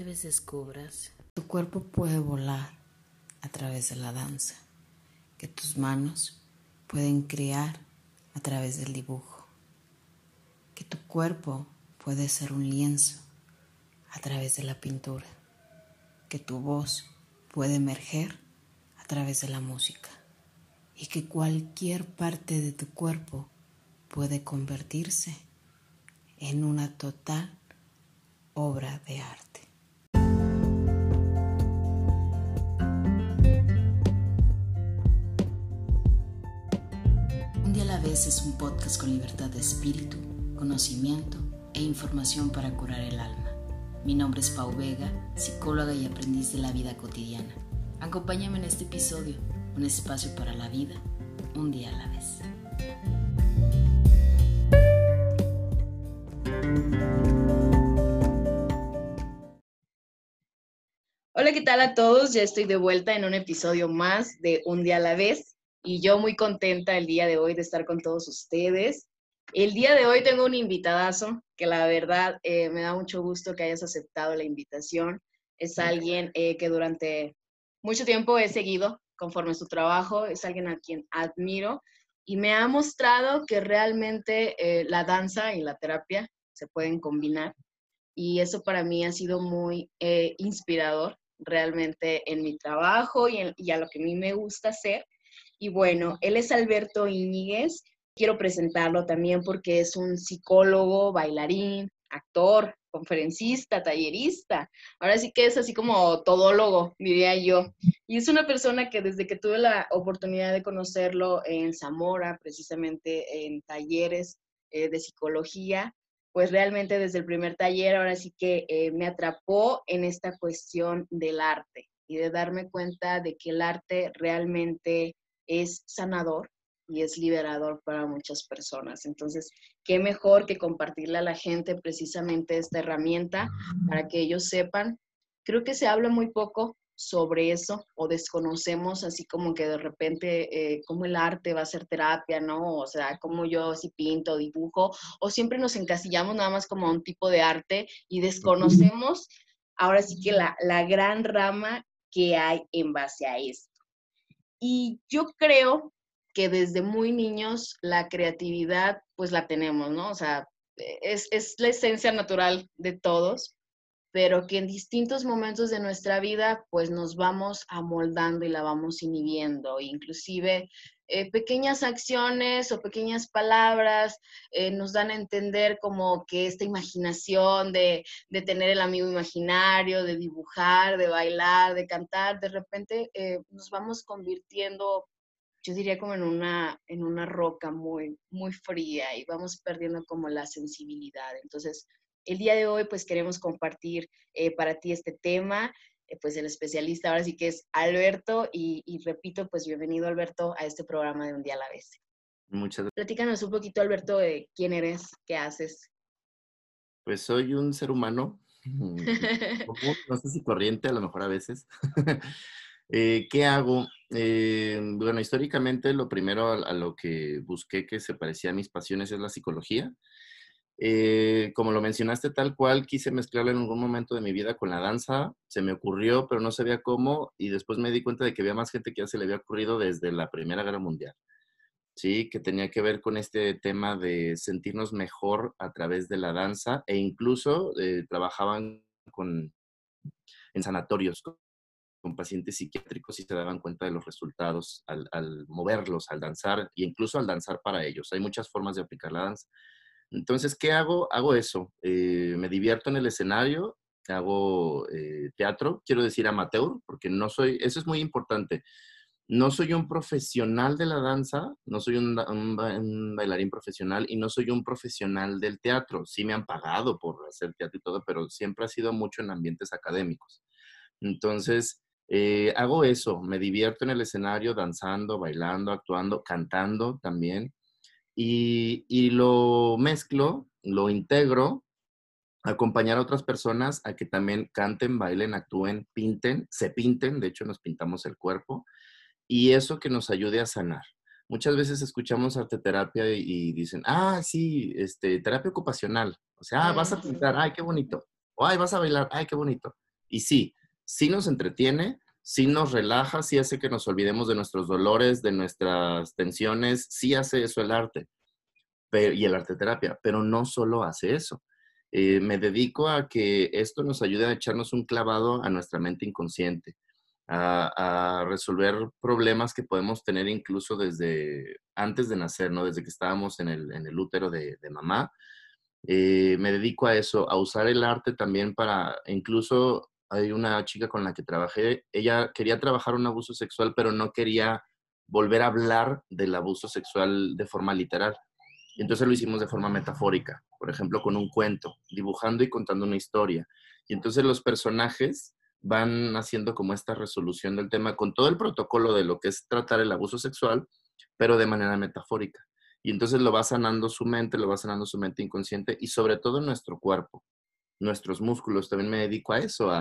vez descubras que tu cuerpo puede volar a través de la danza, que tus manos pueden crear a través del dibujo, que tu cuerpo puede ser un lienzo a través de la pintura, que tu voz puede emerger a través de la música y que cualquier parte de tu cuerpo puede convertirse en una total obra de arte. Un día a la vez es un podcast con libertad de espíritu, conocimiento e información para curar el alma. Mi nombre es Pau Vega, psicóloga y aprendiz de la vida cotidiana. Acompáñame en este episodio, un espacio para la vida, un día a la vez. Hola, ¿qué tal a todos? Ya estoy de vuelta en un episodio más de Un día a la vez y yo muy contenta el día de hoy de estar con todos ustedes. El día de hoy tengo un invitadazo que la verdad me da mucho gusto que hayas aceptado la invitación. Es alguien que durante mucho tiempo he seguido conforme su trabajo, es alguien a quien admiro y me ha mostrado que realmente la danza y la terapia se pueden combinar. Y eso para mí ha sido muy inspirador realmente en mi trabajo y a lo que a mí me gusta hacer. Y bueno, él es Alberto Íñiguez. Quiero presentarlo también porque es un psicólogo, bailarín, actor, conferencista, tallerista. Ahora sí que es así como todólogo, diría yo. Y es una persona que desde que tuve la oportunidad de conocerlo en Zamora, precisamente en talleres de psicología, pues realmente desde el primer taller ahora sí que me atrapó en esta cuestión del arte y de darme cuenta de que el arte realmente es sanador y es liberador para muchas personas. Entonces, qué mejor que compartirle a la gente precisamente esta herramienta para que ellos sepan. Creo que se habla muy poco sobre eso o desconocemos así como que de repente cómo el arte va a ser terapia, ¿no? O sea, cómo yo si pinto, dibujo, o siempre nos encasillamos nada más como a un tipo de arte y desconocemos ahora sí que la gran rama que hay en base a esto. Y yo creo que desde muy niños la creatividad pues la tenemos, ¿no? O sea, es la esencia natural de todos, pero que en distintos momentos de nuestra vida pues nos vamos amoldando y la vamos inhibiendo. Inclusive pequeñas acciones o pequeñas palabras nos dan a entender como que esta imaginación de tener el amigo imaginario, de dibujar, de bailar, de cantar, de repente nos vamos convirtiendo, yo diría como en una roca muy, muy fría y vamos perdiendo como la sensibilidad. Entonces, el día de hoy pues queremos compartir para ti este tema, pues el especialista ahora sí que es Alberto y repito, pues bienvenido Alberto a este programa de Un Día a la Vez. Muchas gracias. Platícanos un poquito Alberto de quién eres, qué haces. Pues soy un ser humano, común, no sé si corriente, a lo mejor a veces. ¿Qué hago? Bueno, históricamente lo primero a lo que busqué que se parecía a mis pasiones es la psicología. Como lo mencionaste tal cual, quise mezclarlo en algún momento de mi vida con la danza. Se me ocurrió, pero no sabía cómo, y después me di cuenta de que había más gente que ya se le había ocurrido desde la Primera Guerra Mundial. Sí, que tenía que ver con este tema de sentirnos mejor a través de la danza e incluso trabajaban en sanatorios con pacientes psiquiátricos y se daban cuenta de los resultados al moverlos, al danzar e incluso al danzar para ellos. Hay muchas formas de aplicar la danza. Entonces, ¿qué hago? Hago eso. Me divierto en el escenario, hago teatro, quiero decir amateur, porque no soy, eso es muy importante. No soy un profesional de la danza, no soy un bailarín profesional y no soy un profesional del teatro. Sí me han pagado por hacer teatro y todo, pero siempre ha sido mucho en ambientes académicos. Entonces, hago eso, me divierto en el escenario danzando, bailando, actuando, cantando también y lo mezclo, lo integro, acompañar a otras personas a que también canten, bailen, actúen, pinten, se pinten, de hecho nos pintamos el cuerpo y eso que nos ayude a sanar. Muchas veces escuchamos arteterapia y dicen, ah, sí, terapia ocupacional. O sea, ah, vas a Ujú. pintar, ay, qué bonito. O ay, vas a bailar, ay, qué bonito. Y sí, sí nos entretiene, sí nos relaja, sí hace que nos olvidemos de nuestros dolores, de nuestras tensiones, sí hace eso el arte y el arte terapia, pero no solo hace eso. Me dedico a que esto nos ayude a echarnos un clavado a nuestra mente inconsciente, a resolver problemas que podemos tener incluso desde antes de nacer, ¿no? Desde que estábamos en el útero de mamá. Me dedico a eso, a usar el arte también para, incluso hay una chica con la que trabajé, ella quería trabajar un abuso sexual, pero no quería volver a hablar del abuso sexual de forma literal. Y entonces lo hicimos de forma metafórica, por ejemplo, con un cuento, dibujando y contando una historia. Y entonces los personajes van haciendo como esta resolución del tema con todo el protocolo de lo que es tratar el abuso sexual, pero de manera metafórica. Y entonces lo va sanando su mente, lo va sanando su mente inconsciente y sobre todo nuestro cuerpo, nuestros músculos. También me dedico a eso,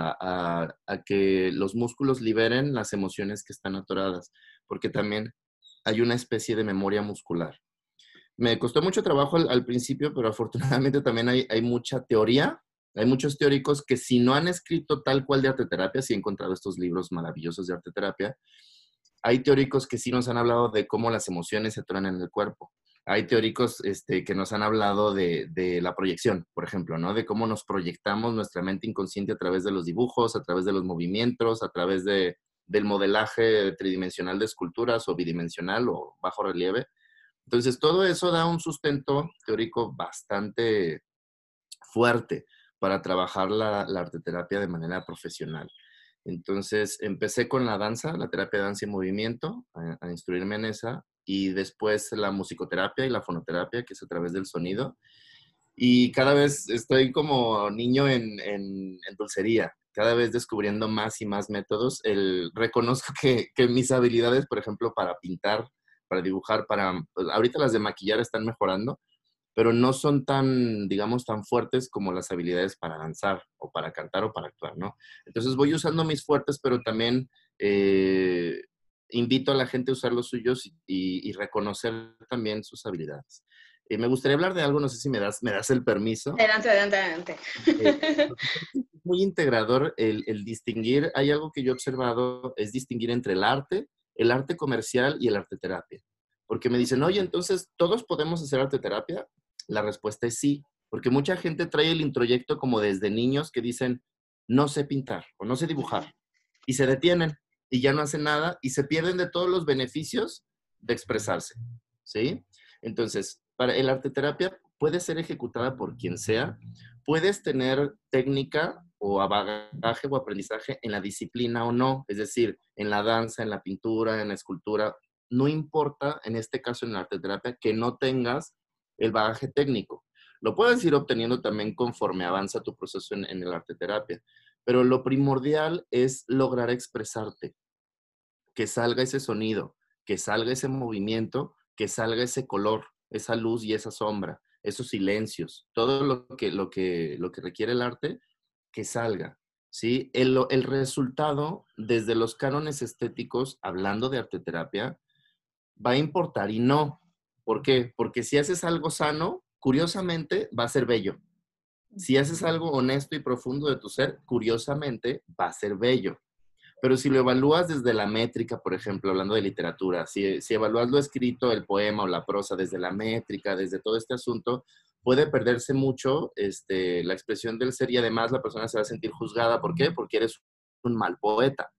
a que los músculos liberen las emociones que están atoradas, porque también hay una especie de memoria muscular. Me costó mucho trabajo al principio, pero afortunadamente también hay mucha teoría. Hay muchos teóricos que si no han escrito tal cual de arteterapia, sí he encontrado estos libros maravillosos de arteterapia, hay teóricos que sí nos han hablado de cómo las emociones se atoran en el cuerpo. Hay teóricos que nos han hablado de la proyección, por ejemplo, ¿no? De cómo nos proyectamos nuestra mente inconsciente a través de los dibujos, a través de los movimientos, a través del modelaje tridimensional de esculturas o bidimensional o bajo relieve. Entonces, todo eso da un sustento teórico bastante fuerte para trabajar la arteterapia de manera profesional. Entonces, empecé con la danza, la terapia de danza y movimiento, a instruirme en esa, y después la musicoterapia y la fonoterapia, que es a través del sonido. Y cada vez estoy como niño en dulcería, cada vez descubriendo más y más métodos. Reconozco que mis habilidades, por ejemplo, para pintar, para dibujar, pues, ahorita las de maquillar están mejorando, pero no son tan, digamos, tan fuertes como las habilidades para danzar o para cantar o para actuar, ¿no? Entonces voy usando mis fuertes, pero también eh, invito a la gente a usar los suyos y reconocer también sus habilidades. Me gustaría hablar de algo, no sé si me das el permiso. Adelante, adelante, adelante. Porque creo que es muy integrador el distinguir, hay algo que yo he observado, es distinguir entre el arte comercial y el arte terapia. Porque me dicen, oye, entonces, ¿todos podemos hacer arte terapia? La respuesta es sí, porque mucha gente trae el introyecto como desde niños que dicen, no sé pintar o no sé dibujar, y se detienen y ya no hacen nada y se pierden de todos los beneficios de expresarse, ¿sí? Entonces, para el arte terapia puede ser ejecutada por quien sea, puedes tener técnica o bagaje o aprendizaje en la disciplina o no, es decir, en la danza, en la pintura, en la escultura, no importa, en este caso en la arte terapia, que no tengas el bagaje técnico. Lo puedes ir obteniendo también conforme avanza tu proceso en el arte terapia, pero lo primordial es lograr expresarte, que salga ese sonido, que salga ese movimiento, que salga ese color, esa luz y esa sombra, esos silencios, todo lo que requiere el arte, que salga, ¿sí? El resultado, desde los cánones estéticos, hablando de arteterapia, va a importar y no. ¿Por qué? Porque si haces algo sano, curiosamente va a ser bello. Si haces algo honesto y profundo de tu ser, curiosamente va a ser bello. Pero si lo evalúas desde la métrica, por ejemplo, hablando de literatura, si evalúas lo escrito, el poema o la prosa desde la métrica, desde todo este asunto, puede perderse mucho la expresión del ser y además la persona se va a sentir juzgada. ¿Por qué? Porque eres un mal poeta.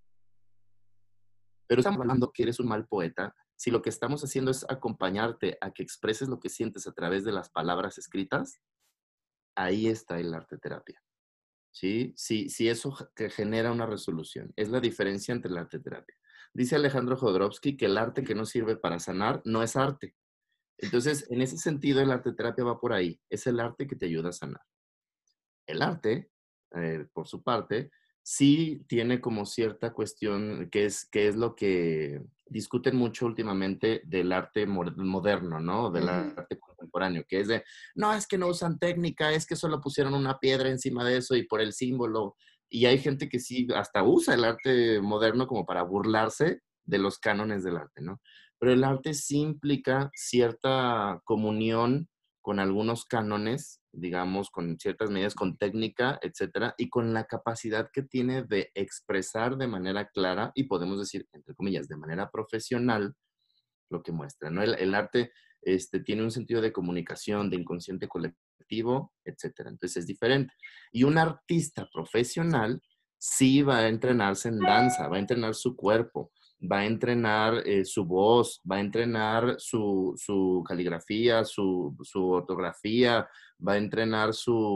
Pero estamos hablando que eres un mal poeta si lo que estamos haciendo es acompañarte a que expreses lo que sientes a través de las palabras escritas. Ahí está el arte terapia. ¿Sí? Si eso que genera una resolución. Es la diferencia entre la arte terapia. Dice Alejandro Jodorowsky que el arte que no sirve para sanar no es arte. Entonces, en ese sentido, el arte terapia va por ahí. Es el arte que te ayuda a sanar. El arte, por su parte, sí tiene como cierta cuestión que es lo que discuten mucho últimamente del arte moderno, ¿no? Del arte contemporáneo, que es de, no, es que no usan técnica, es que solo pusieron una piedra encima de eso y por el símbolo. Y hay gente que sí hasta usa el arte moderno como para burlarse de los cánones del arte, ¿no? Pero el arte sí implica cierta comunión con algunos cánones, digamos, con ciertas medidas, con técnica, etcétera, y con la capacidad que tiene de expresar de manera clara y podemos decir, entre comillas, de manera profesional, lo que muestra, ¿no? El arte tiene un sentido de comunicación, de inconsciente colectivo, etcétera. Entonces es diferente. Y un artista profesional sí va a entrenarse en danza, va a entrenar su cuerpo, va a entrenar su voz, va a entrenar su caligrafía, su ortografía, va a entrenar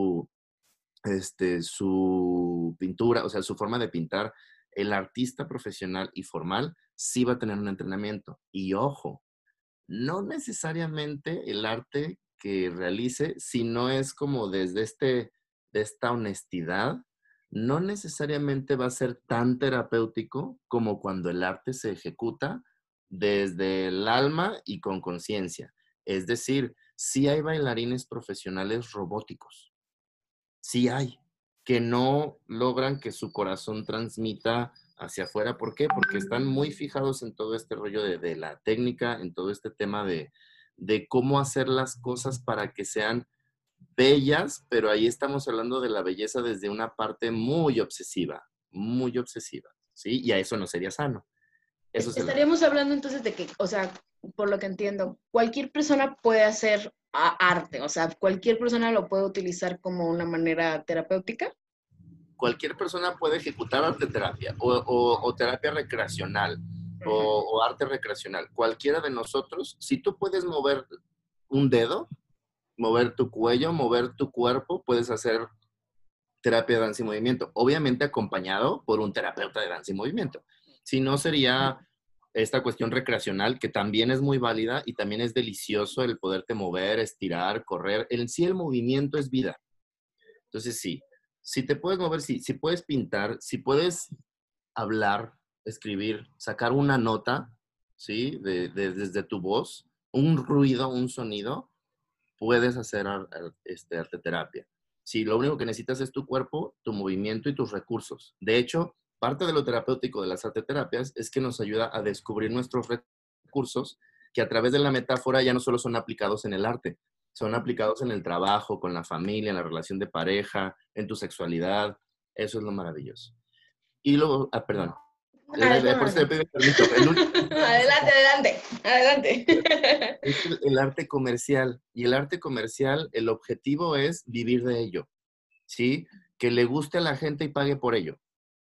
su pintura, o sea, su forma de pintar. El artista profesional y formal sí va a tener un entrenamiento. Y ojo, no necesariamente el arte que realice, si no es como desde de esta honestidad, no necesariamente va a ser tan terapéutico como cuando el arte se ejecuta desde el alma y con conciencia. Es decir, sí hay bailarines profesionales robóticos, sí hay, que no logran que su corazón transmita hacia afuera. ¿Por qué? Porque están muy fijados en todo este rollo de la técnica, en todo este tema de cómo hacer las cosas para que sean bellas, pero ahí estamos hablando de la belleza desde una parte muy obsesiva, ¿sí? Y a eso no sería sano. Eso es el arte. Estaríamos hablando entonces de que, o sea, por lo que entiendo, cualquier persona puede hacer arte, o sea, cualquier persona lo puede utilizar como una manera terapéutica. Cualquier persona puede ejecutar arte terapia o terapia recreacional Ujú. o arte recreacional. Cualquiera de nosotros, si tú puedes mover un dedo, mover tu cuello, mover tu cuerpo, puedes hacer terapia de danza y movimiento. Obviamente acompañado por un terapeuta de danza y movimiento. Si no, sería esta cuestión recreacional que también es muy válida y también es delicioso el poderte mover, estirar, correr. En sí el movimiento es vida. Entonces sí, si te puedes mover, sí, si puedes pintar, si puedes hablar, escribir, sacar una nota, ¿sí? Desde tu voz, un ruido, un sonido, puedes hacer arte terapia. Si lo único que necesitas es tu cuerpo, tu movimiento y tus recursos. De hecho, parte de lo terapéutico de las arteterapias es que nos ayuda a descubrir nuestros recursos que a través de la metáfora ya no solo son aplicados en el arte, son aplicados en el trabajo, con la familia, en la relación de pareja, en tu sexualidad. Eso es lo maravilloso. Y luego, perdón, No, por no, eso le no. pido permiso. El último Adelante, adelante, adelante. es el arte comercial. Y el arte comercial, el objetivo es vivir de ello, ¿sí? Que le guste a la gente y pague por ello.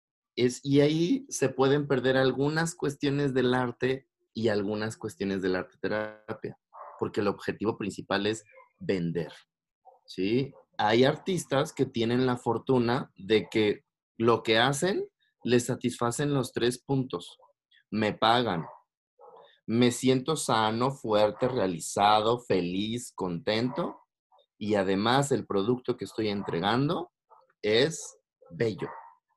Y ahí se pueden perder algunas cuestiones del arte y algunas cuestiones del arte terapia, porque el objetivo principal es vender, ¿sí? Hay artistas que tienen la fortuna de que lo que hacen les satisfacen los tres puntos. Me pagan, me siento sano, fuerte, realizado, feliz, contento y además el producto que estoy entregando es bello,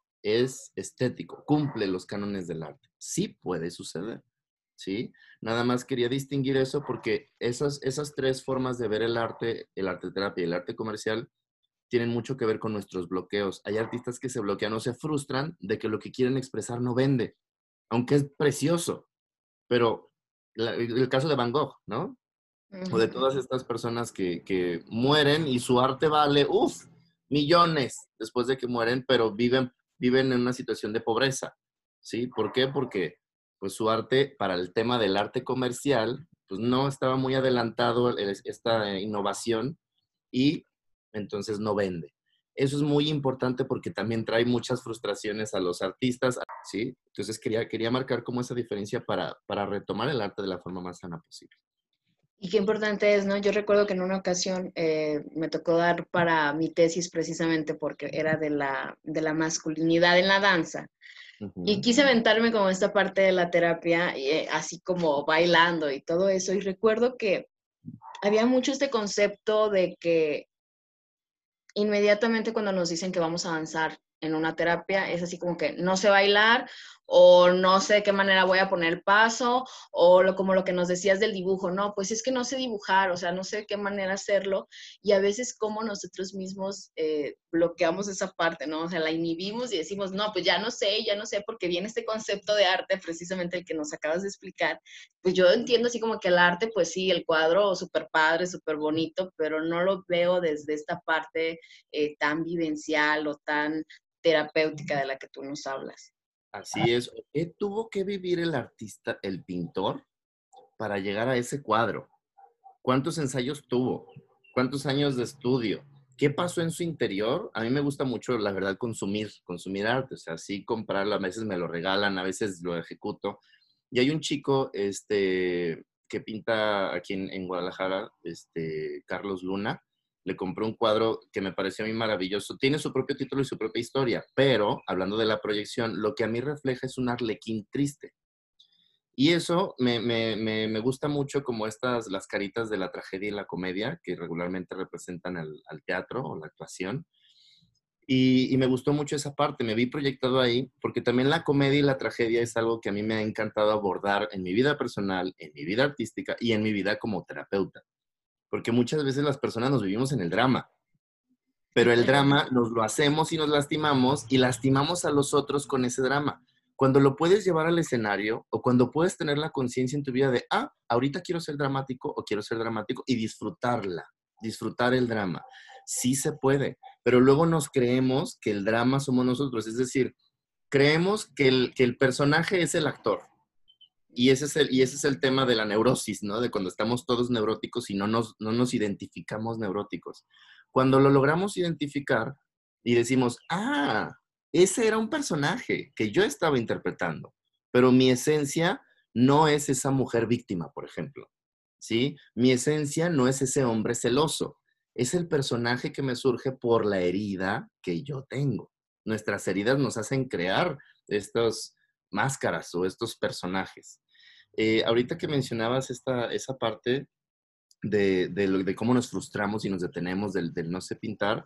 es estético, cumple los cánones del arte. Sí puede suceder, ¿sí? Nada más quería distinguir eso porque esas tres formas de ver el arte terapia y el arte comercial, tienen mucho que ver con nuestros bloqueos. Hay artistas que se bloquean o se frustran de que lo que quieren expresar no vende, aunque es precioso, pero el caso de Van Gogh, ¿no? O de Ujú. todas estas personas que mueren y su arte vale, uff, millones después de que mueren, pero viven en una situación de pobreza, ¿sí? ¿Por qué? Porque pues su arte, para el tema del arte comercial, pues no estaba muy adelantado esta innovación y entonces no vende. Eso es muy importante porque también trae muchas frustraciones a los artistas, ¿sí? Entonces quería marcar como esa diferencia para retomar el arte de la forma más sana posible. Y qué importante es, ¿no? Yo recuerdo que en una ocasión me tocó dar para mi tesis precisamente porque era de la masculinidad en la danza. Y Ujú. quise aventarme como esta parte de la terapia, así como bailando y todo eso. Y recuerdo que había mucho este concepto de que inmediatamente cuando nos dicen que vamos a danzar en una terapia, es así como que no sé bailar o no sé de qué manera voy a poner el paso, o como lo que nos decías del dibujo, no, pues es que no sé dibujar, o sea, no sé de qué manera hacerlo, y a veces como nosotros mismos bloqueamos esa parte, ¿no? O sea, la inhibimos y decimos, no, pues ya no sé, porque viene este concepto de arte, precisamente el que nos acabas de explicar. Pues yo entiendo así como que el arte, pues sí, el cuadro súper padre, súper bonito, pero no lo veo desde esta parte tan vivencial o tan terapéutica de la que tú nos hablas. Así es. ¿Qué tuvo que vivir el artista, el pintor, para llegar a ese cuadro? ¿Cuántos ensayos tuvo? ¿Cuántos años de estudio? ¿Qué pasó en su interior? A mí me gusta mucho, la verdad, consumir arte. O sea, sí comprarlo, a veces me lo regalan, a veces lo ejecuto. Y hay un chico que pinta aquí en Guadalajara, Carlos Luna. Le compré un cuadro que me pareció a mí maravilloso. Tiene su propio título y su propia historia, pero hablando de la proyección, lo que a mí refleja es un arlequín triste. Y eso me gusta mucho como las caritas de la tragedia y la comedia, que regularmente representan al teatro o la actuación. Y me gustó mucho esa parte, me vi proyectado ahí, porque también la comedia y la tragedia es algo que a mí me ha encantado abordar en mi vida personal, en mi vida artística y en mi vida como terapeuta. Porque muchas veces las personas nos vivimos en el drama, pero el drama nos lo hacemos y nos lastimamos y lastimamos a los otros con ese drama. Cuando lo puedes llevar al escenario o cuando puedes tener la conciencia en tu vida de, ahorita quiero ser dramático o quiero ser dramático y disfrutar el drama. Sí se puede, pero luego nos creemos que el drama somos nosotros, es decir, creemos que el personaje es el actor. Y ese es el tema de la neurosis, ¿no? De cuando estamos todos neuróticos y no nos identificamos neuróticos. Cuando lo logramos identificar y decimos, ese era un personaje que yo estaba interpretando, pero mi esencia no es esa mujer víctima, por ejemplo, ¿sí? Mi esencia no es ese hombre celoso, es el personaje que me surge por la herida que yo tengo. Nuestras heridas nos hacen crear estas máscaras o estos personajes. Ahorita que mencionabas esa parte de cómo nos frustramos y nos detenemos del no sé pintar,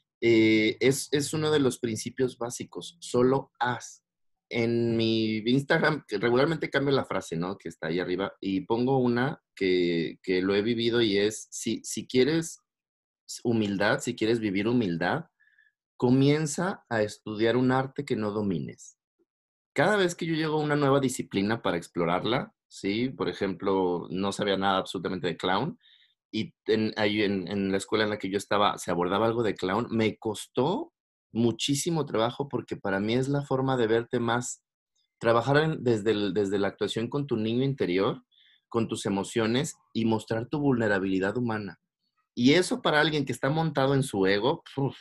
es uno de los principios básicos. Solo haz. En mi Instagram, que regularmente cambio la frase, ¿no? Que está ahí arriba, y pongo una que lo he vivido y es, si quieres humildad, si quieres vivir humildad, comienza a estudiar un arte que no domines. Cada vez que yo llego a una nueva disciplina para explorarla, ¿sí? Por ejemplo, no sabía nada absolutamente de clown y ahí en la escuela en la que yo estaba se abordaba algo de clown, me costó muchísimo trabajo porque para mí es la forma de verte más, trabajar desde la actuación con tu niño interior, con tus emociones y mostrar tu vulnerabilidad humana. Y eso para alguien que está montado en su ego,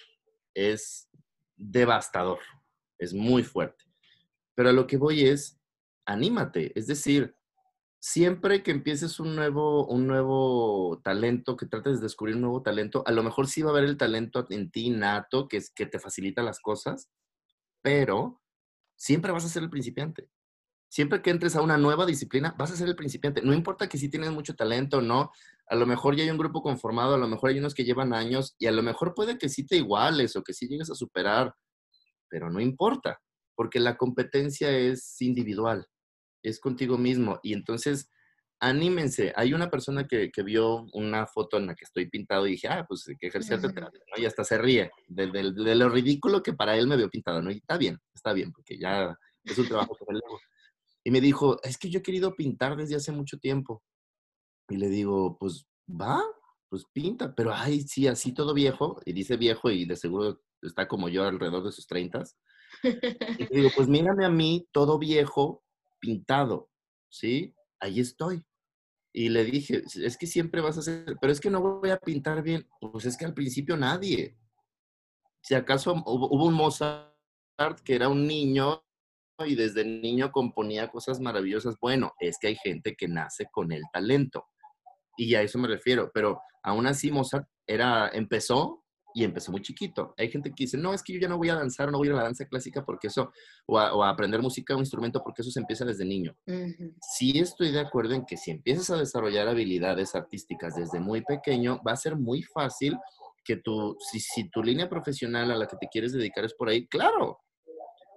es devastador, es muy fuerte. Pero a lo que voy es, anímate. Es decir, siempre que empieces un nuevo talento, que trates de descubrir un nuevo talento, a lo mejor sí va a haber el talento en ti nato, que es que te facilita las cosas, pero siempre vas a ser el principiante. Siempre que entres a una nueva disciplina, vas a ser el principiante. No importa que sí tienes mucho talento o no, a lo mejor ya hay un grupo conformado, a lo mejor hay unos que llevan años y a lo mejor puede que sí te iguales o que sí llegues a superar, pero no importa, porque la competencia es individual, es contigo mismo. Y entonces, anímense. Hay una persona que vio una foto en la que estoy pintado y dije, pues hay que ejercer de terapia, ¿no? Y hasta se ríe de lo ridículo que para él me vio pintado, ¿no? Y está bien, porque ya es un trabajo que me hago. Y me dijo, es que yo he querido pintar desde hace mucho tiempo. Y le digo, pues va, pues pinta, pero ay, sí, así todo viejo, y dice viejo y de seguro está como yo alrededor de sus 30. Y le digo, pues mírame a mí, todo viejo, pintado, ¿sí? Ahí estoy. Y le dije, es que siempre vas a hacer, pero es que no voy a pintar bien. Pues es que al principio nadie. Si acaso hubo un Mozart que era un niño y desde niño componía cosas maravillosas. Bueno, es que hay gente que nace con el talento. Y a eso me refiero, pero aún así Mozart empezó muy chiquito. Hay gente que dice, no, es que yo ya no voy a danzar, no voy a ir a la danza clásica porque eso, o a aprender música o instrumento porque eso se empieza desde niño. Ujú. Sí estoy de acuerdo en que si empiezas a desarrollar habilidades artísticas desde muy pequeño, va a ser muy fácil que si tu línea profesional a la que te quieres dedicar es por ahí, claro,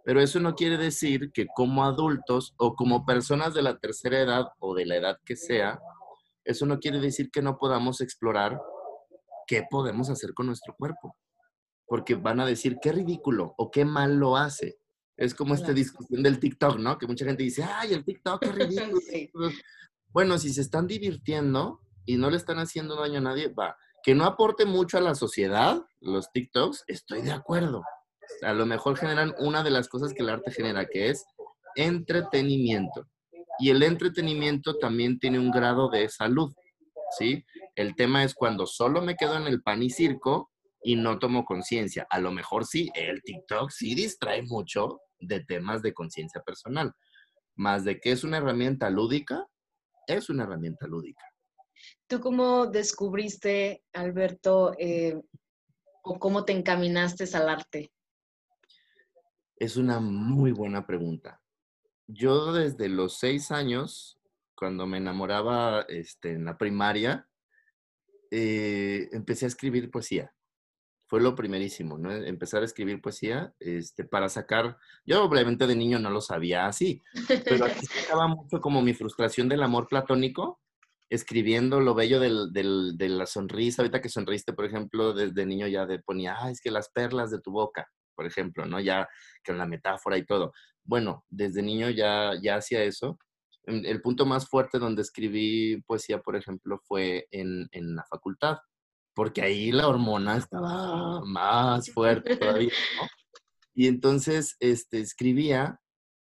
Pero eso no quiere decir que como adultos o como personas de la tercera edad o de la edad que sea, eso no quiere decir que no podamos explorar qué podemos hacer con nuestro cuerpo. Porque van a decir qué ridículo o qué mal lo hace. Es como esta Claro. discusión del TikTok, ¿no? Que mucha gente dice, ay, el TikTok, qué ridículo. Sí. Bueno, si se están divirtiendo y no le están haciendo daño a nadie, va. Que no aporte mucho a la sociedad, los TikToks, estoy de acuerdo. A lo mejor generan una de las cosas que el arte genera, que es entretenimiento. Y el entretenimiento también tiene un grado de salud, ¿sí? El tema es cuando solo me quedo en el pan y circo y no tomo conciencia. A lo mejor sí, el TikTok sí distrae mucho de temas de conciencia personal, más de que es una herramienta lúdica, es una herramienta lúdica. ¿Tú cómo descubriste, Alberto, o cómo te encaminaste al arte? Es una muy buena pregunta. Yo desde los 6 años, cuando me enamoraba en la primaria, empecé a escribir poesía. Fue lo primerísimo, ¿no? Empezar a escribir poesía, para sacar, yo obviamente de niño no lo sabía así, pero aquí sacaba mucho como mi frustración del amor platónico, escribiendo lo bello de la sonrisa. Ahorita que sonriste, por ejemplo, desde niño ya ponía, es que las perlas de tu boca, por ejemplo, ¿no? Ya con la metáfora y todo. Bueno, desde niño ya hacía eso. El punto más fuerte donde escribí poesía, por ejemplo, fue en la facultad, porque ahí la hormona estaba más fuerte todavía, ¿no? Y entonces, escribía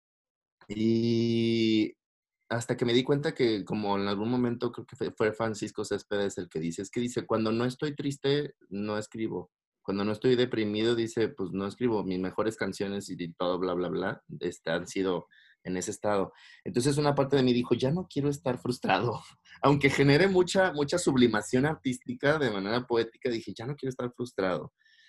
y hasta que me di cuenta que como en algún momento creo que fue Francisco Céspedes el que dice, es que dice, cuando no estoy triste, no escribo. Cuando no estoy deprimido, dice, pues no escribo. Mis mejores canciones y todo, bla, bla, bla, han sido en ese estado. Entonces una parte de mí dijo, ya no quiero estar frustrado. Aunque genere mucha sublimación artística de manera poética, dije, ya no quiero estar frustrado.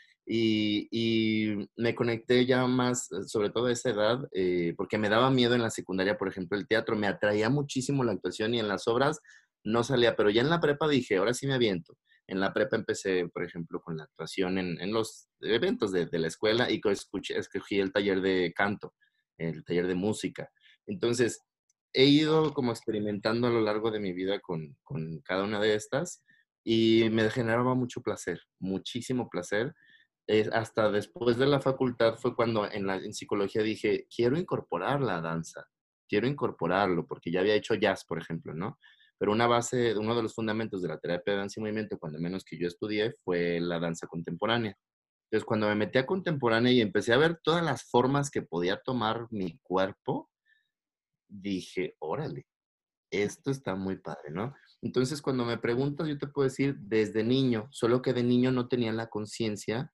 Y me conecté ya más, sobre todo a esa edad, porque me daba miedo en la secundaria, por ejemplo, el teatro, me atraía muchísimo la actuación y en las obras no salía, pero ya en la prepa dije, ahora sí me aviento. En la prepa empecé, por ejemplo, con la actuación en los eventos de la escuela y escogí el taller de canto, el taller de música. Entonces, he ido como experimentando a lo largo de mi vida con cada una de estas y me generaba mucho placer, muchísimo placer. Hasta después de la facultad fue cuando en psicología dije, quiero incorporar la danza, quiero incorporarlo, porque ya había hecho jazz, por ejemplo, ¿no? Pero uno de los fundamentos de la terapia de danza y movimiento, cuando menos que yo estudié, fue la danza contemporánea. Entonces, cuando me metí a contemporánea y empecé a ver todas las formas que podía tomar mi cuerpo, dije, órale, esto está muy padre, ¿no? Entonces, cuando me preguntas, yo te puedo decir desde niño, solo que de niño no tenía la conciencia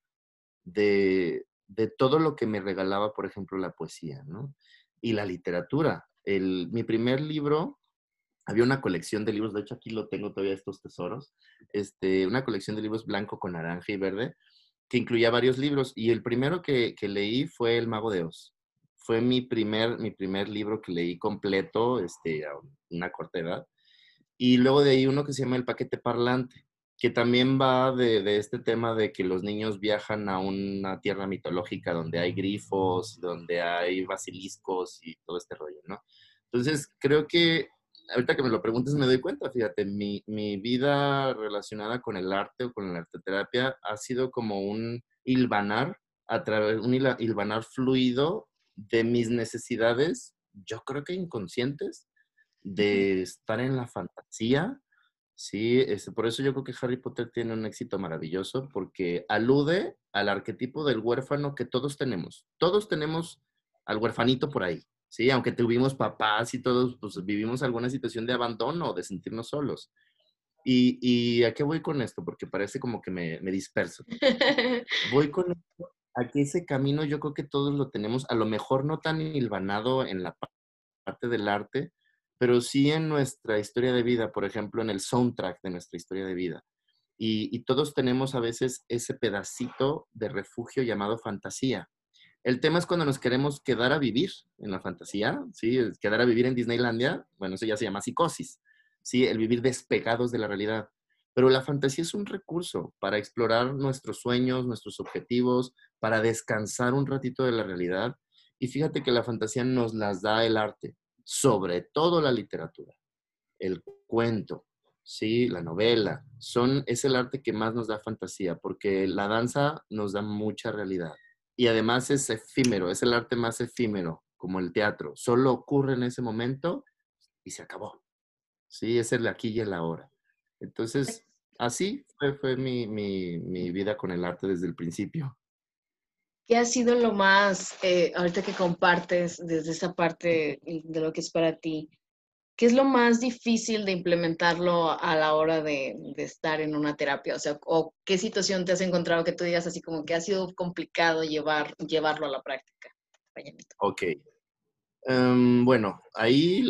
de todo lo que me regalaba, por ejemplo, la poesía, ¿no? Y la literatura. Mi primer libro, había una colección de libros, de hecho aquí lo tengo todavía estos tesoros, una colección de libros blanco con naranja y verde, que incluía varios libros, y el primero que leí fue El Mago de Oz. Fue mi primer libro que leí completo, a una corta edad. Y luego de ahí uno que se llama El Paquete Parlante, que también va de este tema de que los niños viajan a una tierra mitológica donde hay grifos, donde hay basiliscos y todo este rollo, ¿no? Entonces, creo que ahorita que me lo preguntes me doy cuenta, fíjate, mi vida relacionada con el arte o con la arteterapia ha sido como un hilvanar, hilvanar fluido de mis necesidades, yo creo que inconscientes, de estar en la fantasía. Sí, por eso yo creo que Harry Potter tiene un éxito maravilloso, porque alude al arquetipo del huérfano que todos tenemos. Todos tenemos al huerfanito por ahí, ¿sí? Aunque tuvimos papás y todos, pues vivimos alguna situación de abandono o de sentirnos solos. ¿Y a qué voy con esto? Porque parece como que me disperso. Voy con esto a que ese camino yo creo que todos lo tenemos, a lo mejor no tan hilvanado en la parte del arte, pero sí en nuestra historia de vida, por ejemplo, en el soundtrack de nuestra historia de vida. Y todos tenemos a veces ese pedacito de refugio llamado fantasía. El tema es cuando nos queremos quedar a vivir en la fantasía, ¿sí? Quedar a vivir en Disneylandia, bueno, eso ya se llama psicosis, ¿sí? El vivir despegados de la realidad. Pero la fantasía es un recurso para explorar nuestros sueños, nuestros objetivos, para descansar un ratito de la realidad Y fíjate que la fantasía nos las da el arte, sobre todo la literatura, el cuento, ¿sí? La novela. Es el arte que más nos da fantasía, porque la danza nos da mucha realidad. Y además es efímero, es el arte más efímero, como el teatro. Solo ocurre en ese momento y se acabó. Sí, es el aquí y el ahora. Entonces, así fue mi vida con el arte desde el principio. ¿Qué ha sido lo más, ahorita que compartes desde esa parte de lo que es para ti, qué es lo más difícil de implementarlo a la hora de estar en una terapia? O sea, o qué situación te has encontrado que tú digas así como que ha sido complicado llevarlo a la práctica. Vaya, Ok. Bueno, ahí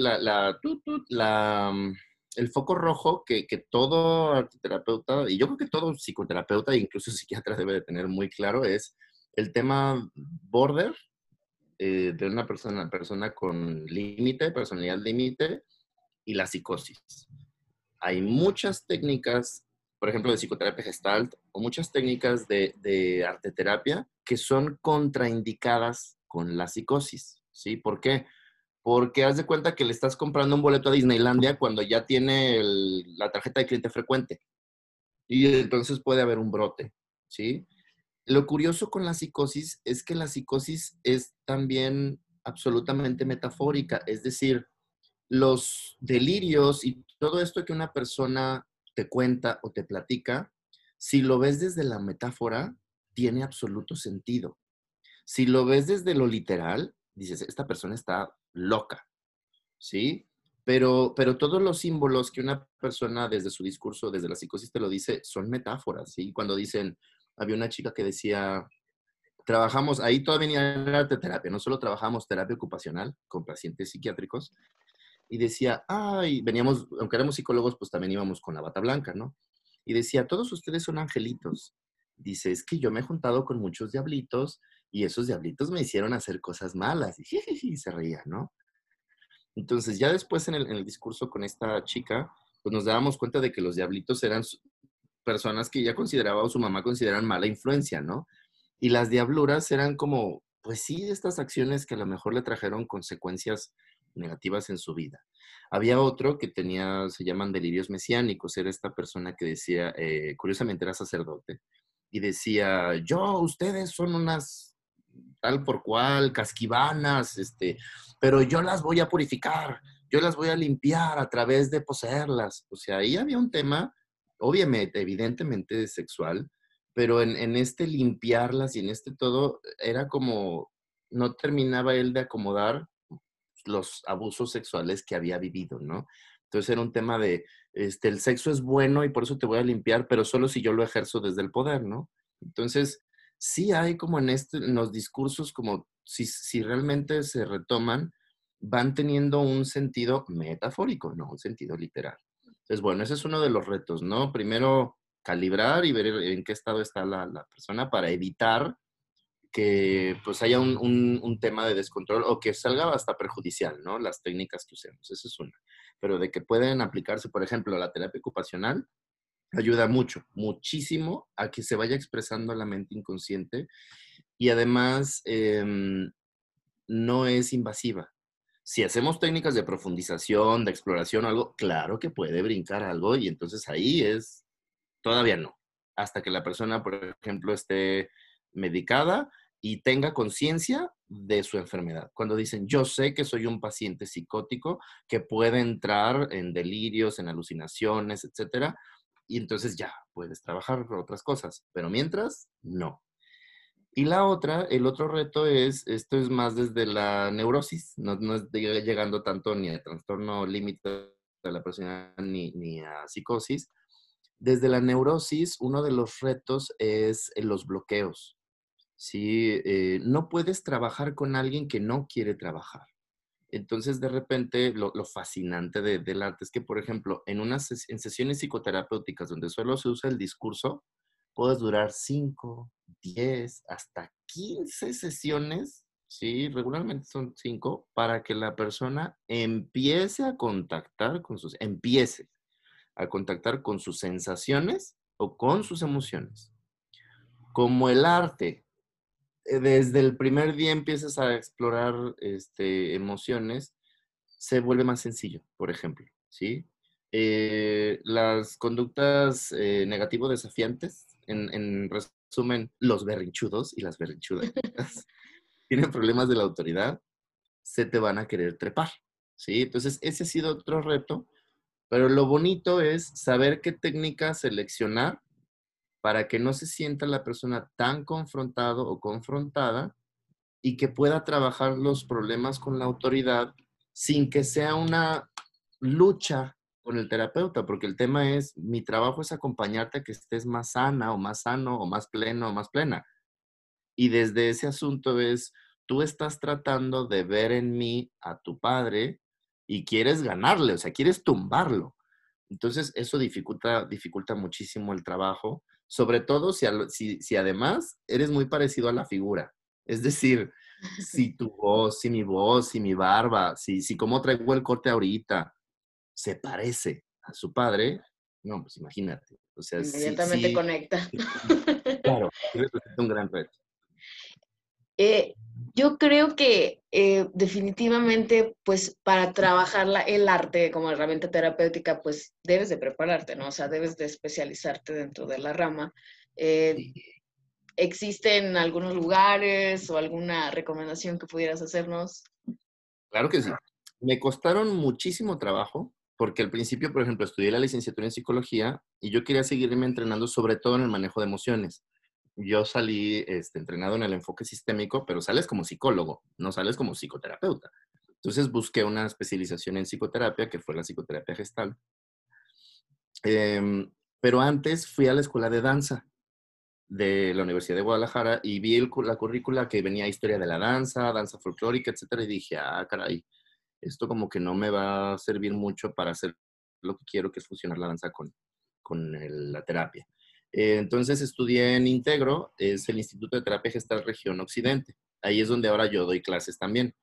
el foco rojo que todo arteterapeuta, y yo creo que todo psicoterapeuta, incluso psiquiatra, debe de tener muy claro, es el tema border de una persona con límite, personalidad límite, y la psicosis. Hay muchas técnicas, por ejemplo, de psicoterapia gestalt, o muchas técnicas de arteterapia que son contraindicadas con la psicosis, ¿sí? ¿Por qué? Porque haz de cuenta que le estás comprando un boleto a Disneylandia cuando ya tiene la tarjeta de cliente frecuente. Y entonces puede haber un brote, ¿sí? Lo curioso con la psicosis es que la psicosis es también absolutamente metafórica, es decir, los delirios y todo esto que una persona te cuenta o te platica, si lo ves desde la metáfora, tiene absoluto sentido. Si lo ves desde lo literal, dices, esta persona está loca, ¿sí? Pero todos los símbolos que una persona desde su discurso, desde la psicosis te lo dice, son metáforas, ¿sí? Cuando dicen, había una chica que decía, trabajamos, ahí todavía era arte terapia, no solo trabajamos terapia ocupacional con pacientes psiquiátricos, y decía, ay, veníamos, aunque éramos psicólogos, pues también íbamos con la bata blanca, ¿no? Y decía, todos ustedes son angelitos. Dice, es que yo me he juntado con muchos diablitos y esos diablitos me hicieron hacer cosas malas. Y se reía, ¿no? Entonces, ya después en el discurso con esta chica, pues nos dábamos cuenta de que los diablitos eran personas que ella consideraba o su mamá consideran mala influencia, ¿no? Y las diabluras eran como, pues sí, estas acciones que a lo mejor le trajeron consecuencias negativas en su vida. Había otro que tenía, se llaman delirios mesiánicos, era esta persona que decía, curiosamente era sacerdote, y decía, yo, ustedes son unas tal por cual, casquivanas, pero yo las voy a purificar, yo las voy a limpiar a través de poseerlas. O sea, ahí había un tema, obviamente, evidentemente sexual, pero en este limpiarlas y en este todo, era como, no terminaba él de acomodar los abusos sexuales que había vivido, ¿no? Entonces era un tema de, el sexo es bueno y por eso te voy a limpiar, pero solo si yo lo ejerzo desde el poder, ¿no? Entonces, sí hay como en los discursos, como si realmente se retoman, van teniendo un sentido metafórico, no un sentido literal. Entonces, bueno, ese es uno de los retos, ¿no? Primero, calibrar y ver en qué estado está la persona para evitar que pues haya un tema de descontrol o que salga hasta perjudicial, ¿no? Las técnicas que usemos, esa es una. Pero de que pueden aplicarse, por ejemplo, la terapia ocupacional, ayuda mucho, muchísimo a que se vaya expresando la mente inconsciente y además no es invasiva. Si hacemos técnicas de profundización, de exploración o algo, claro que puede brincar algo y entonces ahí es, todavía no. Hasta que la persona, por ejemplo, esté medicada y tenga conciencia de su enfermedad. Cuando dicen, yo sé que soy un paciente psicótico que puede entrar en delirios, en alucinaciones, etcétera, y entonces ya puedes trabajar por otras cosas, pero mientras, no. Y la otra, el otro reto es, esto es más desde la neurosis, no es llegando tanto ni a trastorno límite de la personalidad ni a psicosis. Desde la neurosis, uno de los retos es los bloqueos. ¿Sí? No puedes trabajar con alguien que no quiere trabajar. Entonces, de repente, lo fascinante del arte es que, por ejemplo, en sesiones psicoterapéuticas donde solo se usa el discurso, puedes durar 5, 10, hasta 15 sesiones, ¿sí? Regularmente son 5, para que la persona empiece a contactar con sus sensaciones o con sus emociones. Como el arte desde el primer día empiezas a explorar emociones, se vuelve más sencillo, por ejemplo, ¿sí? Las conductas negativo desafiantes, en resumen, los berrinchudos y las berrinchudas, tienen problemas de la autoridad, se te van a querer trepar, ¿sí? Entonces, ese ha sido otro reto, pero lo bonito es saber qué técnica seleccionar para que no se sienta la persona tan confrontado o confrontada y que pueda trabajar los problemas con la autoridad sin que sea una lucha con el terapeuta, porque el tema es, mi trabajo es acompañarte a que estés más sana o más sano o más pleno o más plena. Y desde ese asunto es, tú estás tratando de ver en mí a tu padre y quieres ganarle, o sea, quieres tumbarlo. Entonces, eso dificulta muchísimo el trabajo, sobre todo si además eres muy parecido a la figura. Es decir, si tu voz, si mi voz, si mi barba, si cómo traigo el corte ahorita se parece a su padre, no, pues imagínate. O sea, sí, Inmediatamente sí, conecta. claro, sí representa un gran reto. Eh, yo creo que definitivamente, pues para trabajar el arte como herramienta terapéutica, pues debes de prepararte, ¿no? O sea, debes de especializarte dentro de la rama. Eh, Sí, ¿Existen algunos lugares o alguna recomendación que pudieras hacernos? claro que sí. Me costaron muchísimo trabajo, porque al principio, por ejemplo, estudié la licenciatura en psicología y yo quería seguirme entrenando sobre todo en el manejo de emociones. Yo salí entrenado en el enfoque sistémico, pero sales como psicólogo, no sales como psicoterapeuta. Entonces busqué una especialización en psicoterapia, que fue la psicoterapia gestal. Pero antes fui a la escuela de danza de la Universidad de Guadalajara y vi la currícula que venía historia de la danza, danza folclórica, etcétera, y dije, ah, caray, esto como que no me va a servir mucho para hacer lo que quiero, que es fusionar la danza con la terapia. Entonces estudié en Integro, es el Instituto de Terapia Gestal Región Occidente. Ahí es donde ahora yo doy clases también.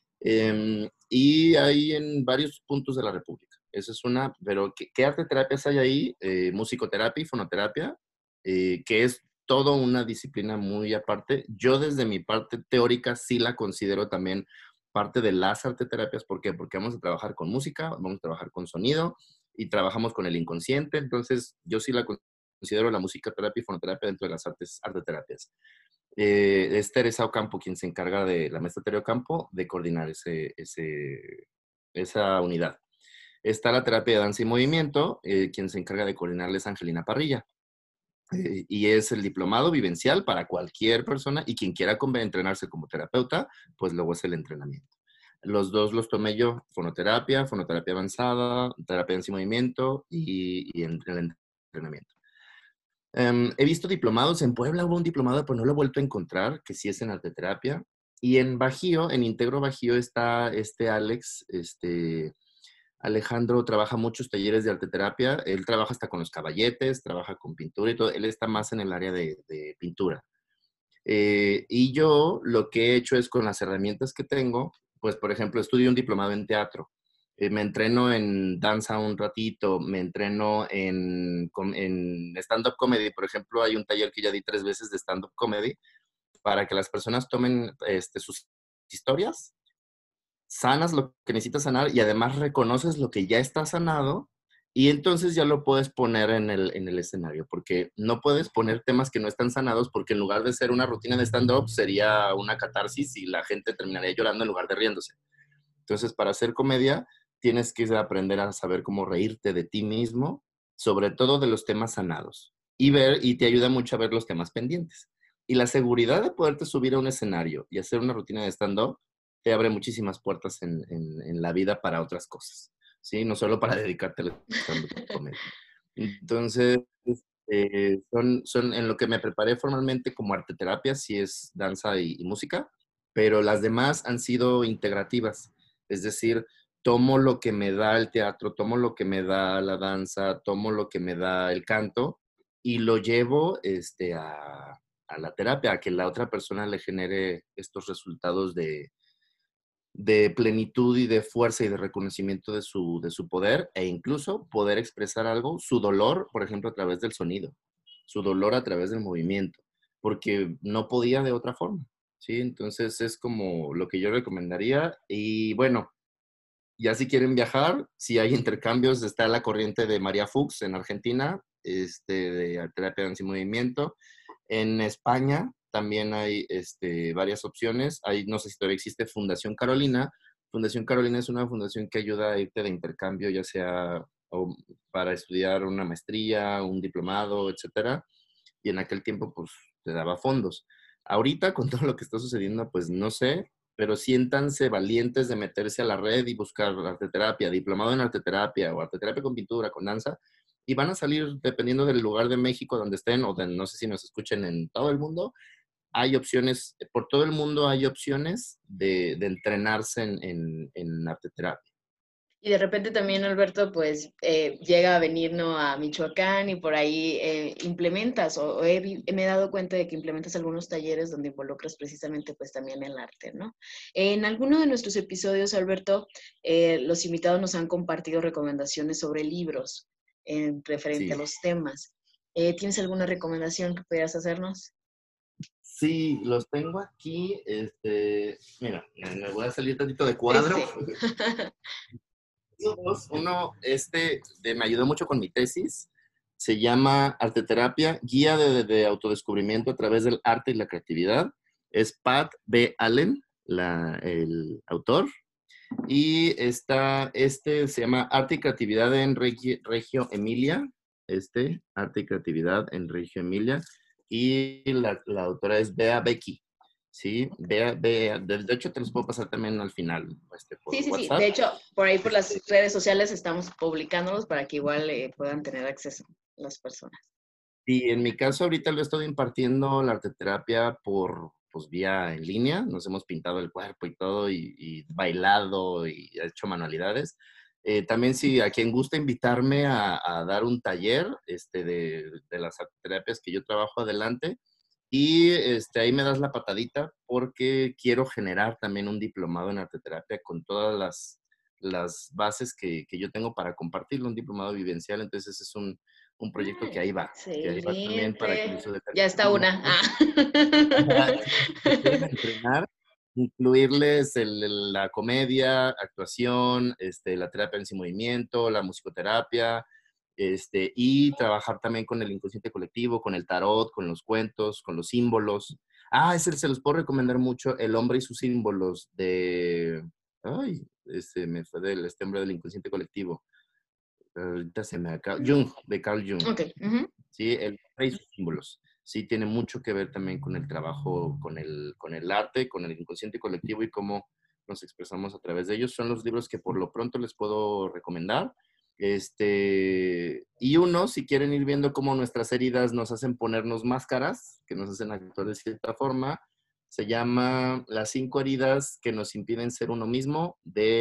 Y hay en varios puntos de la República. Esa es una, pero ¿qué arte terapias hay ahí? Musicoterapia y fonoterapia, que es todo una disciplina muy aparte. Yo desde mi parte teórica sí la considero también parte de las arteterapias. ¿Por qué? Porque vamos a trabajar con música, vamos a trabajar con sonido y trabajamos con el inconsciente. Entonces, yo sí la considero la musicoterapia y fonoterapia dentro de las arteterapias. Es Teresa Ocampo quien se encarga de, la maestra Teresa Ocampo, de coordinar esa unidad. Está la terapia de danza y movimiento, quien se encarga de coordinarles es Angelina Parrilla. Y es el diplomado vivencial para cualquier persona y quien quiera entrenarse como terapeuta, pues luego es el entrenamiento. Los dos los tomé yo, fonoterapia, fonoterapia avanzada, terapia de danza y movimiento y el entrenamiento. He visto diplomados, en Puebla hubo un diplomado, pero no lo he vuelto a encontrar, que sí es en arteterapia. Y en Bajío, en Integro Bajío está Alex, Alejandro trabaja muchos talleres de arteterapia, él trabaja hasta con los caballetes, trabaja con pintura y todo, él está más en el área de pintura. Y yo lo que he hecho es con las herramientas que tengo, pues por ejemplo, estudio un diplomado en teatro, me entreno en danza un ratito, me entreno en stand-up comedy, por ejemplo, hay un taller que ya di 3 veces de stand-up comedy para que las personas tomen sus historias, sanas lo que necesitas sanar y además reconoces lo que ya está sanado y entonces ya lo puedes poner en el escenario, porque no puedes poner temas que no están sanados porque en lugar de ser una rutina de stand-up sería una catarsis y la gente terminaría llorando en lugar de riéndose. Entonces, para hacer comedia tienes que aprender a saber cómo reírte de ti mismo, sobre todo de los temas sanados y te ayuda mucho a ver los temas pendientes. Y la seguridad de poderte subir a un escenario y hacer una rutina de stand-up te abre muchísimas puertas en la vida para otras cosas, ¿sí? No solo para dedicarte al stand-up comedy. Entonces, son en lo que me preparé formalmente como arteterapia, si es danza y música, pero las demás han sido integrativas. Es decir, tomo lo que me da el teatro, tomo lo que me da la danza, tomo lo que me da el canto y lo llevo a la terapia, a que la otra persona le genere estos resultados de plenitud y de fuerza y de reconocimiento de su poder e incluso poder expresar algo, su dolor, por ejemplo, a través del sonido, su dolor a través del movimiento, porque no podía de otra forma. ¿sí? Entonces es como lo que yo recomendaría. Y bueno, ya si quieren viajar, si hay intercambios, está la corriente de María Fuchs en Argentina, de terapia de danza y movimiento. En España también hay varias opciones. Hay, no sé si todavía existe Fundación Carolina. Fundación Carolina es una fundación que ayuda a irte de intercambio, ya sea para estudiar una maestría, un diplomado, etcétera. Y en aquel tiempo, pues, te daba fondos. Ahorita, con todo lo que está sucediendo, pues no sé, pero siéntanse valientes de meterse a la red y buscar arteterapia, diplomado en arteterapia o arteterapia con pintura, con danza, y van a salir, dependiendo del lugar de México donde estén, o de, no sé si nos escuchen en todo el mundo, hay opciones, por todo el mundo hay opciones de entrenarse en arteterapia. Y de repente también Alberto pues llega a venir, ¿no?, a Michoacán y por ahí implementas me he dado cuenta de que implementas algunos talleres donde involucras precisamente pues también el arte, ¿no? En alguno de nuestros episodios, Alberto, los invitados nos han compartido recomendaciones sobre libros en referente a Sí. los temas. ¿Tienes alguna recomendación que pudieras hacernos? Sí, los tengo aquí. Mira, me voy a salir tantito de Sí, cuadro. sí. Uno, me ayudó mucho con mi tesis. Se llama Arteterapia, Guía de Autodescubrimiento a través del arte y la creatividad. Es Pat B. Allen, el autor. Y se llama Arte y Creatividad en Reggio Emilia. Arte y Creatividad en Reggio Emilia. Y la autora es Bea Becky. Sí, Bea, de hecho te los puedo pasar también al final, por Sí, sí, sí. De WhatsApp. hecho, por ahí por las Este, redes sociales estamos publicándolos para que igual puedan tener acceso las personas. Y en mi caso ahorita lo he estado impartiendo la arteterapia pues vía en línea. Nos hemos pintado el cuerpo y todo y bailado y hecho manualidades. También si a quien gusta invitarme a dar un taller de las arteterapias que yo trabajo adelante. Y ahí me das la patadita porque quiero generar también un diplomado en arteterapia con todas las bases que yo tengo para compartirlo, un diplomado vivencial. Entonces es un proyecto que ahí va también para que Excelente. los Ya está una. determinados se quieren entrenar, incluirles la comedia, actuación, la terapia en sí movimiento, la musicoterapia, y trabajar también con el inconsciente colectivo, con el tarot, con los cuentos, con los símbolos. Ese se los puedo recomendar mucho, El hombre y sus símbolos ay, me fue este hombre del inconsciente colectivo. Ahorita se me acaba. Jung, de Carl Jung. Ok. Ujú. ¿Sí? El hombre y sus símbolos. Sí, tiene mucho que ver también con el trabajo, con el arte, con el inconsciente colectivo y cómo nos expresamos a través de ellos. Son los libros que por lo pronto les puedo recomendar. Y uno, si quieren ir viendo cómo nuestras heridas nos hacen ponernos máscaras, que nos hacen actuar de cierta forma, se llama Las 5 heridas que nos impiden ser uno mismo,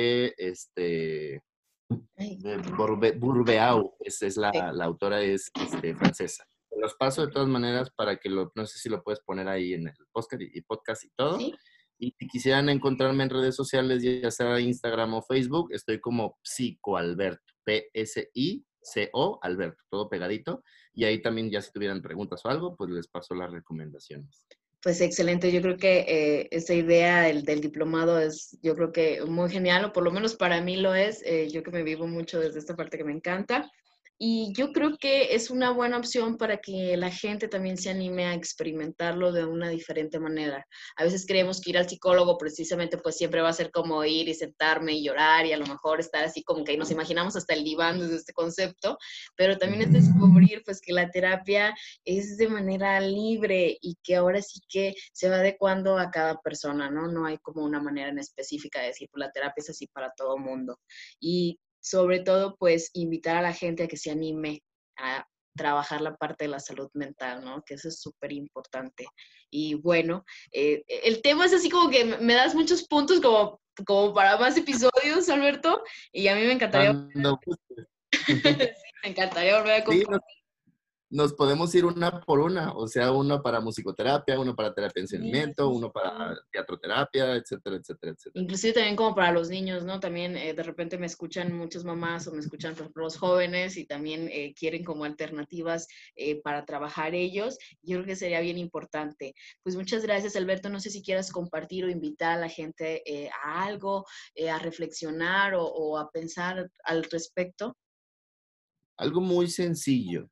Ay, de Bourbeau, es sí. la autora es francesa. Los paso de todas maneras para que no sé si lo puedes poner ahí en el podcast y todo. Sí. Y si quisieran encontrarme en redes sociales, ya sea Instagram o Facebook, estoy como Psicoalberto, Psico Alberto, todo pegadito. Y ahí también ya si tuvieran preguntas o algo, pues les paso las recomendaciones. Pues excelente, yo creo que esa idea del diplomado es, yo creo que muy genial, o por lo menos para mí lo es, yo que me vivo mucho desde esta parte que me encanta, y yo creo que es una buena opción para que la gente también se anime a experimentarlo de una diferente manera. A veces creemos que ir al psicólogo precisamente pues siempre va a ser como ir y sentarme y llorar y a lo mejor estar así como que nos imaginamos hasta el diván desde este concepto, pero también es descubrir pues que la terapia es de manera libre y que ahora sí que se va adecuando a cada persona, ¿no? No hay como una manera en específica de decir, pues la terapia es así para todo mundo. Y sobre todo, pues invitar a la gente a que se anime a trabajar la parte de la salud mental, ¿no? Que eso es súper importante. Y bueno, el tema es así como que me das muchos puntos como para más episodios, Alberto, y a mí me encantaría, Cuando sí, me encantaría volver a sí, compartir. nos podemos ir una por una, o sea, uno para musicoterapia, uno para terapia de Sí, enseñamiento, sí, uno para sí. teatroterapia, etcétera, etcétera, etcétera. Inclusive también como para los niños, ¿no? También de repente me escuchan muchas mamás o me escuchan, por ejemplo, los jóvenes y también quieren como alternativas para trabajar ellos. Yo creo que sería bien importante. Pues muchas gracias, Alberto. No sé si quieras compartir o invitar a la gente a algo, a reflexionar o a pensar al respecto. Algo muy sencillo.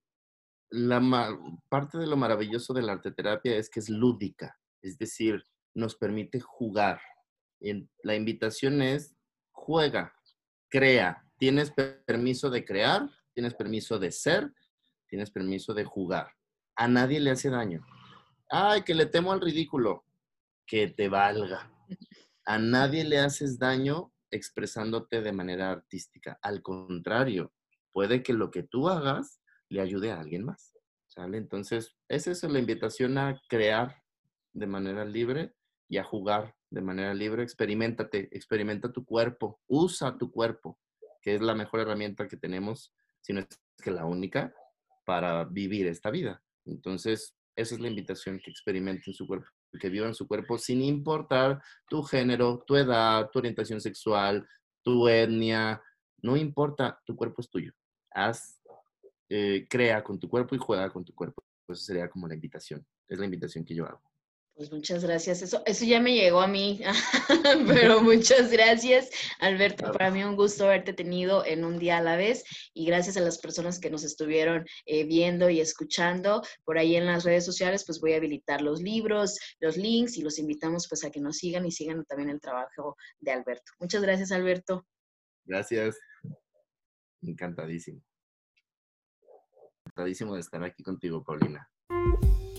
Parte de lo maravilloso de la arteterapia es que es lúdica, es decir, nos permite jugar. La invitación es, juega, crea. Tienes permiso de crear, tienes permiso de ser, tienes permiso de jugar. A nadie le hace daño. Ay, que le temo al ridículo. Que te valga. A nadie le haces daño expresándote de manera artística. Al contrario, puede que lo que tú hagas le ayude a alguien más. ¿Sale? Entonces, es eso, la invitación a crear de manera libre y a jugar de manera libre. Experiméntate, experimenta tu cuerpo, usa tu cuerpo, que es la mejor herramienta que tenemos, si no es que la única, para vivir esta vida. Entonces, esa es la invitación, que experimenten su cuerpo, que vivan su cuerpo sin importar tu género, tu edad, tu orientación sexual, tu etnia, no importa, tu cuerpo es tuyo. Haz, crea con tu cuerpo y juega con tu cuerpo. Eso sería como la invitación, es la invitación que yo hago. Pues muchas gracias. Eso ya me llegó a mí, pero muchas gracias, Alberto. Claro. Para mí un gusto haberte tenido en un día a la vez y gracias a las personas que nos estuvieron viendo y escuchando por ahí en las redes sociales, pues voy a habilitar los libros, los links y los invitamos pues a que nos sigan y sigan también el trabajo de Alberto. Muchas gracias, Alberto. Gracias, encantadísimo. Encantadísimo de estar aquí contigo, Paulina.